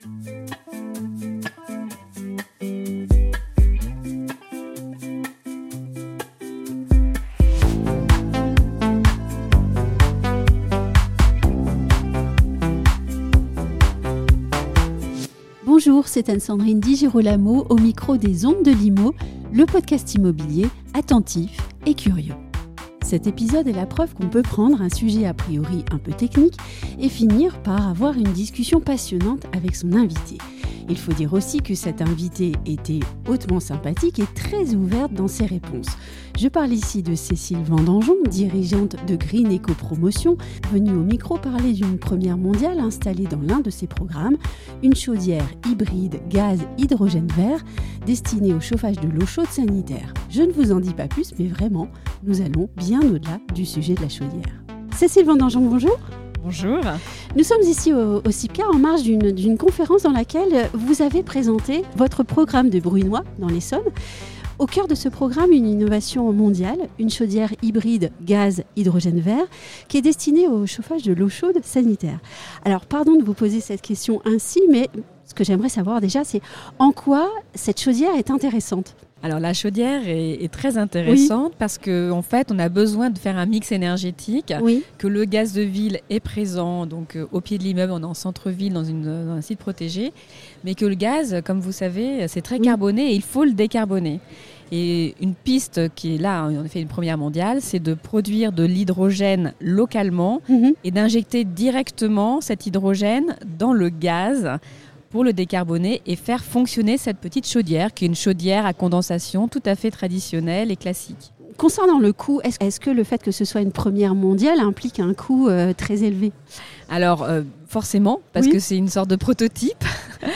Bonjour, c'est Anne-Sandrine Di Girolamo au micro des Ondes de l'Imo, le podcast immobilier attentif et curieux. Cet épisode est la preuve qu'on peut prendre un sujet a priori un peu technique et finir par avoir une discussion passionnante avec son invité. Il faut dire aussi que cette invitée était hautement sympathique et très ouverte dans ses réponses. Je parle ici de Cécile Vendangeon, dirigeante de Green Eco Promotion, venue au micro parler d'une première mondiale installée dans l'un de ses programmes, une chaudière hybride gaz-hydrogène vert destinée au chauffage de l'eau chaude sanitaire. Je ne vous en dis pas plus, mais vraiment, nous allons bien au-delà du sujet de la chaudière. Cécile Vendangeon, bonjour. Bonjour. Nous sommes ici au CIPCA en marge d'une conférence dans laquelle vous avez présenté votre programme de Brunoy dans l'Essonne. Au cœur de ce programme, une innovation mondiale, une chaudière hybride gaz-hydrogène vert qui est destinée au chauffage de l'eau chaude sanitaire. Alors, pardon de vous poser cette question ainsi, mais ce que j'aimerais savoir déjà, c'est en quoi cette chaudière est intéressante ? Alors la chaudière est très intéressante parce qu'en fait on a besoin de faire un mix énergétique, que le gaz de ville est présent donc au pied de l'immeuble, on est en centre-ville dans un site protégé, mais que le gaz, comme vous savez, c'est très carboné et il faut le décarboner. Et une piste qui est là, on a fait une première mondiale, c'est de produire de l'hydrogène localement et d'injecter directement cet hydrogène dans le gaz pour le décarboner et faire fonctionner cette petite chaudière, qui est une chaudière à condensation tout à fait traditionnelle et classique. Concernant le coût, est-ce que le fait que ce soit une première mondiale implique un coût très élevé ? Alors, forcément, parce que c'est une sorte de prototype.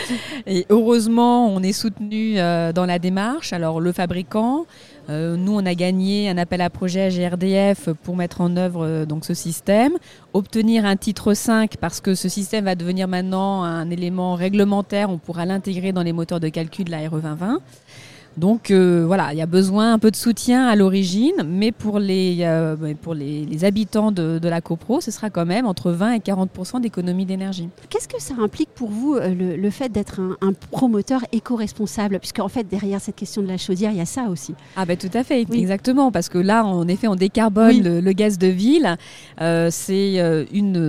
Et heureusement, on est soutenu dans la démarche. Alors, le fabricant, nous, on a gagné un appel à projet à GRDF pour mettre en œuvre donc, ce système. Obtenir un titre 5 parce que ce système va devenir maintenant un élément réglementaire. On pourra l'intégrer dans les moteurs de calcul de la RE 2020. Donc voilà, il y a besoin un peu de soutien à l'origine, mais pour les habitants de la copro, ce sera quand même entre 20 et 40% d'économie d'énergie. Qu'est-ce que ça implique pour vous, le fait d'être un promoteur éco-responsable ? Puisqu'en fait, derrière cette question de la chaudière, il y a ça aussi. Ah ben tout à fait, exactement, parce que là, en effet, on décarbone le gaz de ville. C'est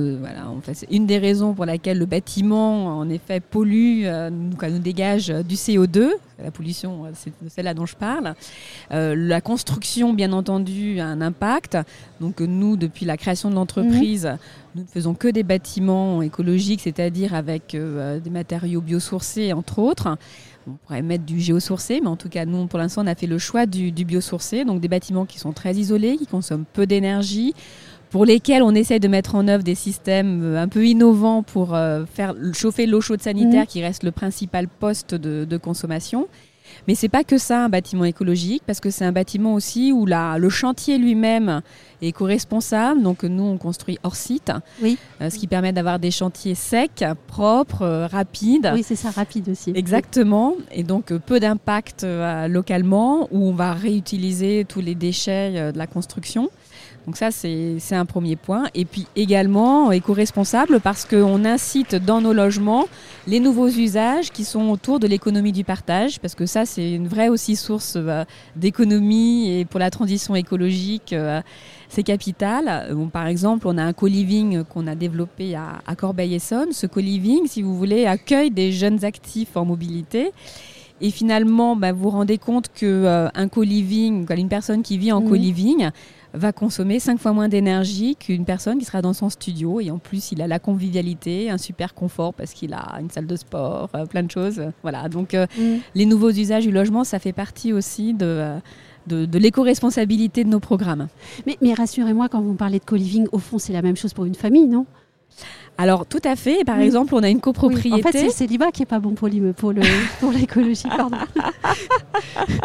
une des raisons pour laquelle le bâtiment, en effet, pollue, nous dégage du CO2. La pollution, c'est de celle-là dont je parle. La construction, bien entendu, a un impact. Donc nous, depuis la création de l'entreprise, nous ne faisons que des bâtiments écologiques, c'est-à-dire avec des matériaux biosourcés, entre autres. On pourrait mettre du géosourcé, mais en tout cas, nous, pour l'instant, on a fait le choix du biosourcé. Donc des bâtiments qui sont très isolés, qui consomment peu d'énergie, pour lesquels on essaie de mettre en œuvre des systèmes un peu innovants pour faire chauffer l'eau chaude sanitaire qui reste le principal poste de consommation. Mais c'est pas que ça, un bâtiment écologique, parce que c'est un bâtiment aussi où le chantier lui-même est éco-responsable. Donc nous, on construit hors site, ce qui permet d'avoir des chantiers secs, propres, rapides. Oui, c'est ça, rapide aussi. Exactement. Et donc peu d'impact localement, où on va réutiliser tous les déchets de la construction. Donc ça, c'est un premier point. Et puis également éco-responsable parce qu'on incite dans nos logements les nouveaux usages qui sont autour de l'économie du partage, parce que ça, c'est une vraie aussi source d'économie et pour la transition écologique, c'est capital. Bon, par exemple, on a un co-living qu'on a développé à Corbeil-Essonnes. Ce co-living, si vous voulez, accueille des jeunes actifs en mobilité. Et finalement, vous vous rendez compte qu'un co-living, une personne qui vit en co-living, va consommer 5 fois moins d'énergie qu'une personne qui sera dans son studio. Et en plus, il a la convivialité, un super confort parce qu'il a une salle de sport, plein de choses. Voilà. Donc, les nouveaux usages du logement, ça fait partie aussi de l'éco-responsabilité de nos programmes. Mais rassurez-moi, quand vous parlez de co-living, au fond, c'est la même chose pour une famille, non ? Alors, tout à fait. Par exemple, on a une copropriété. En fait, c'est le célibat qui n'est pas bon pour l'écologie, pardon.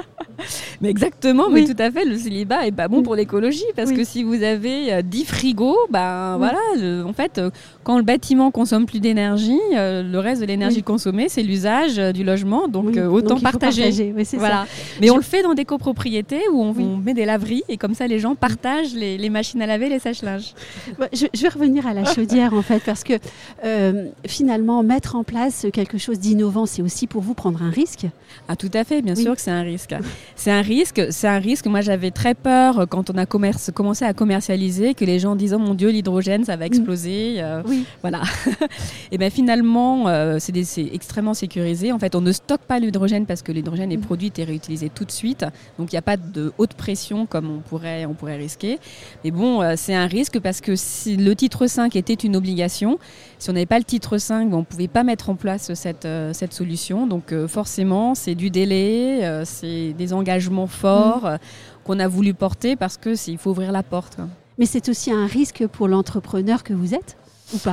Mais exactement, oui. Mais tout à fait, le célibat est pas bon pour l'écologie parce que si vous avez 10 frigos, voilà, en fait, quand le bâtiment consomme plus d'énergie, le reste de l'énergie consommée, c'est l'usage du logement, donc autant partager. Oui, c'est voilà. ça. Mais on le fait dans des copropriétés où on met des laveries et comme ça les gens partagent les machines à laver, les sèche-linges. Je vais revenir à la chaudière en fait parce que finalement mettre en place quelque chose d'innovant, c'est aussi pour vous prendre un risque. Ah tout à fait, bien sûr que c'est un risque. C'est un risque. Moi j'avais très peur quand on a commencé à commercialiser que les gens disent oh mon Dieu l'hydrogène ça va exploser. Voilà. Et bien finalement c'est extrêmement sécurisé. En fait on ne stocke pas l'hydrogène parce que l'hydrogène est produit et réutilisé tout de suite. Donc il n'y a pas de haute pression comme on pourrait risquer. Mais bon c'est un risque parce que si le titre 5 était une obligation, si on n'avait pas le titre 5, on ne pouvait pas mettre en place cette solution. Donc forcément, c'est du délai, c'est des engagements forts qu'on a voulu porter parce qu'il faut ouvrir la porte. Mais c'est aussi un risque pour l'entrepreneur que vous êtes ou pas ?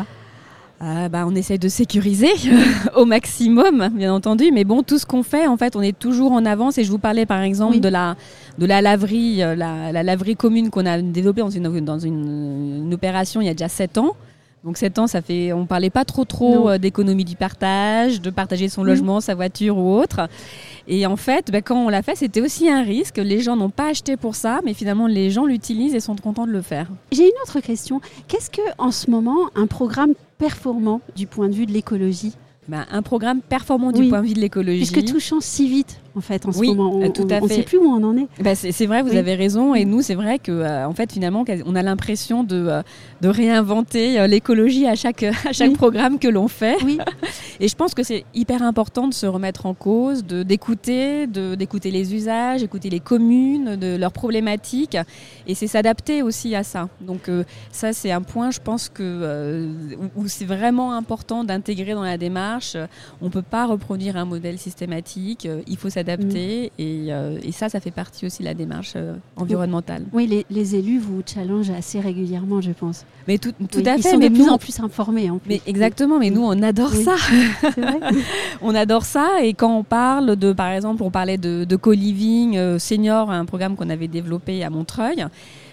On essaie de sécuriser au maximum, bien entendu. Mais bon, tout ce qu'on fait, en fait, on est toujours en avance. Et je vous parlais, par exemple, de la laverie, la laverie commune qu'on a développée dans une opération il y a déjà 7 ans. Donc 7 ans, ça fait, on ne parlait pas trop d'économie du partage, de partager son logement, sa voiture ou autre. Et en fait, quand on l'a fait, c'était aussi un risque. Les gens n'ont pas acheté pour ça, mais finalement, les gens l'utilisent et sont contents de le faire. J'ai une autre question. Qu'est-ce qu'en ce moment, un programme performant du point de vue de l'écologie ? Un programme performant du point de vue de l'écologie. Puisque tout change si vite, en fait, en ce moment. On ne sait plus où on en est. C'est vrai, vous avez raison. Et nous, c'est vrai que, en fait, finalement, on a l'impression de réinventer l'écologie à chaque programme que l'on fait. Oui. Et je pense que c'est hyper important de se remettre en cause, d'écouter les usages, écouter les communes, de leurs problématiques. Et c'est s'adapter aussi à ça. Donc, ça, c'est un point, je pense, où c'est vraiment important d'intégrer dans la démarche. On ne peut pas reproduire un modèle systématique, il faut s'adapter et ça fait partie aussi de la démarche environnementale. Oui, les élus vous challengent assez régulièrement, je pense. Mais tout à fait. Ils sont de plus en plus informés. En plus. Mais exactement, mais nous on adore ça. C'est vrai. On adore ça et quand on parle par exemple, on parlait de co-living senior, un programme qu'on avait développé à Montreuil.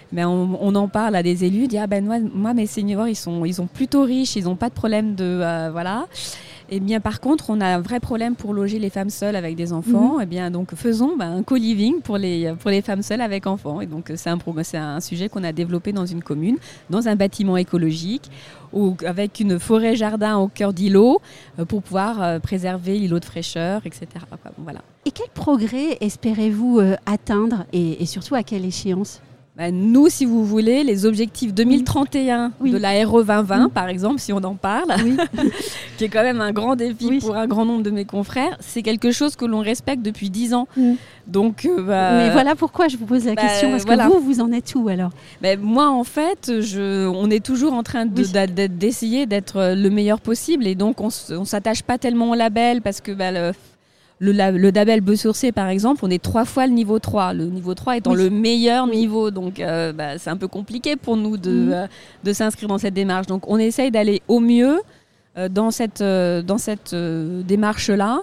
On en parle à des élus, dit moi mes seniors ils sont plutôt riches, ils n'ont pas de problème de voilà. Et bien par contre, on a un vrai problème pour loger les femmes seules avec des enfants. Et bien donc faisons un co-living pour les femmes seules avec enfants. Et donc c'est un sujet qu'on a développé dans une commune, dans un bâtiment écologique, avec une forêt jardin au cœur d'îlots pour pouvoir préserver l'îlot de fraîcheur, etc. Voilà. Et quel progrès espérez-vous atteindre et surtout à quelle échéance ? Nous, si vous voulez, les objectifs 2031 de la RE 2020, par exemple, si on en parle, qui est quand même un grand défi pour un grand nombre de mes confrères, c'est quelque chose que l'on respecte depuis 10 ans. Donc, mais voilà pourquoi je vous pose la question, parce que vous en êtes où alors ? Moi, en fait, on est toujours en train d'essayer d'être le meilleur possible et donc on ne s'attache pas tellement au label parce que le label biosourcé, par exemple, on est 3 fois le niveau 3. Le niveau 3 étant le meilleur niveau. Donc, c'est un peu compliqué pour nous de s'inscrire dans cette démarche. Donc, on essaye d'aller au mieux dans cette démarche-là,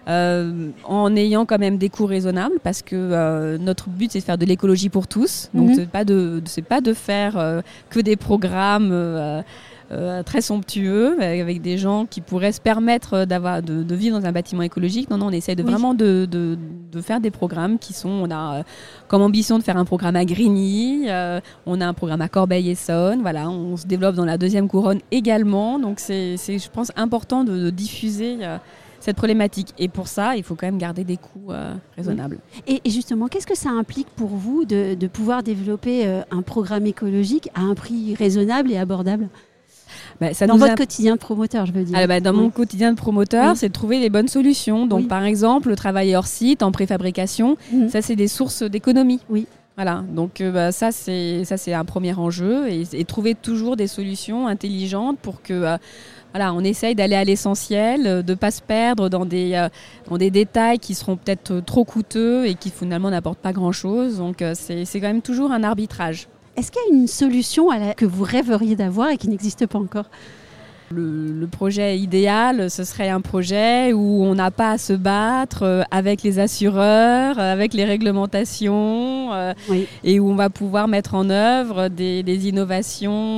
en ayant quand même des coûts raisonnables, parce que notre but, c'est de faire de l'écologie pour tous. Donc, c'est pas de faire que des programmes très somptueux avec des gens qui pourraient se permettre de vivre dans un bâtiment écologique. Non, on essaie vraiment de faire des programmes on a comme ambition de faire un programme à Grigny, on a un programme à Corbeil-Essonnes, voilà, on se développe dans la 2e couronne également. Donc c'est je pense important de diffuser cette problématique. Et pour ça, il faut quand même garder des coûts raisonnables. Et justement, qu'est-ce que ça implique pour vous de pouvoir développer un programme écologique à un prix raisonnable et abordable ? Dans votre quotidien de promoteur, je veux dire. Dans mon quotidien de promoteur, c'est de trouver les bonnes solutions. Donc, par exemple, le travail hors site, en préfabrication, ça, c'est des sources d'économie. Oui. Voilà. Donc, ça, c'est un premier enjeu. Et trouver toujours des solutions intelligentes pour que... on essaye d'aller à l'essentiel, de ne pas se perdre dans des détails qui seront peut-être trop coûteux et qui finalement n'apportent pas grand-chose. Donc, c'est quand même toujours un arbitrage. Est-ce qu'il y a une solution que vous rêveriez d'avoir et qui n'existe pas encore ? Le projet idéal, ce serait un projet où on n'a pas à se battre avec les assureurs, avec les réglementations, et où on va pouvoir mettre en œuvre des innovations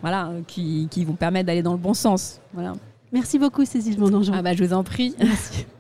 qui vont permettre d'aller dans le bon sens. Voilà. Merci beaucoup Cécile Vendangeon. Je vous en prie. Merci.